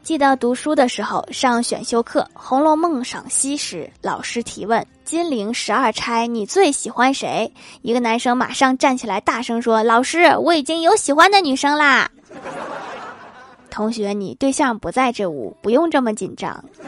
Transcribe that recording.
记得读书的时候上选修课《红楼梦》赏析时，老师提问金陵12钗你最喜欢谁？一个男生马上站起来大声说，老师，我已经有喜欢的女生啦。同学，你对象不在这屋，不用这么紧张。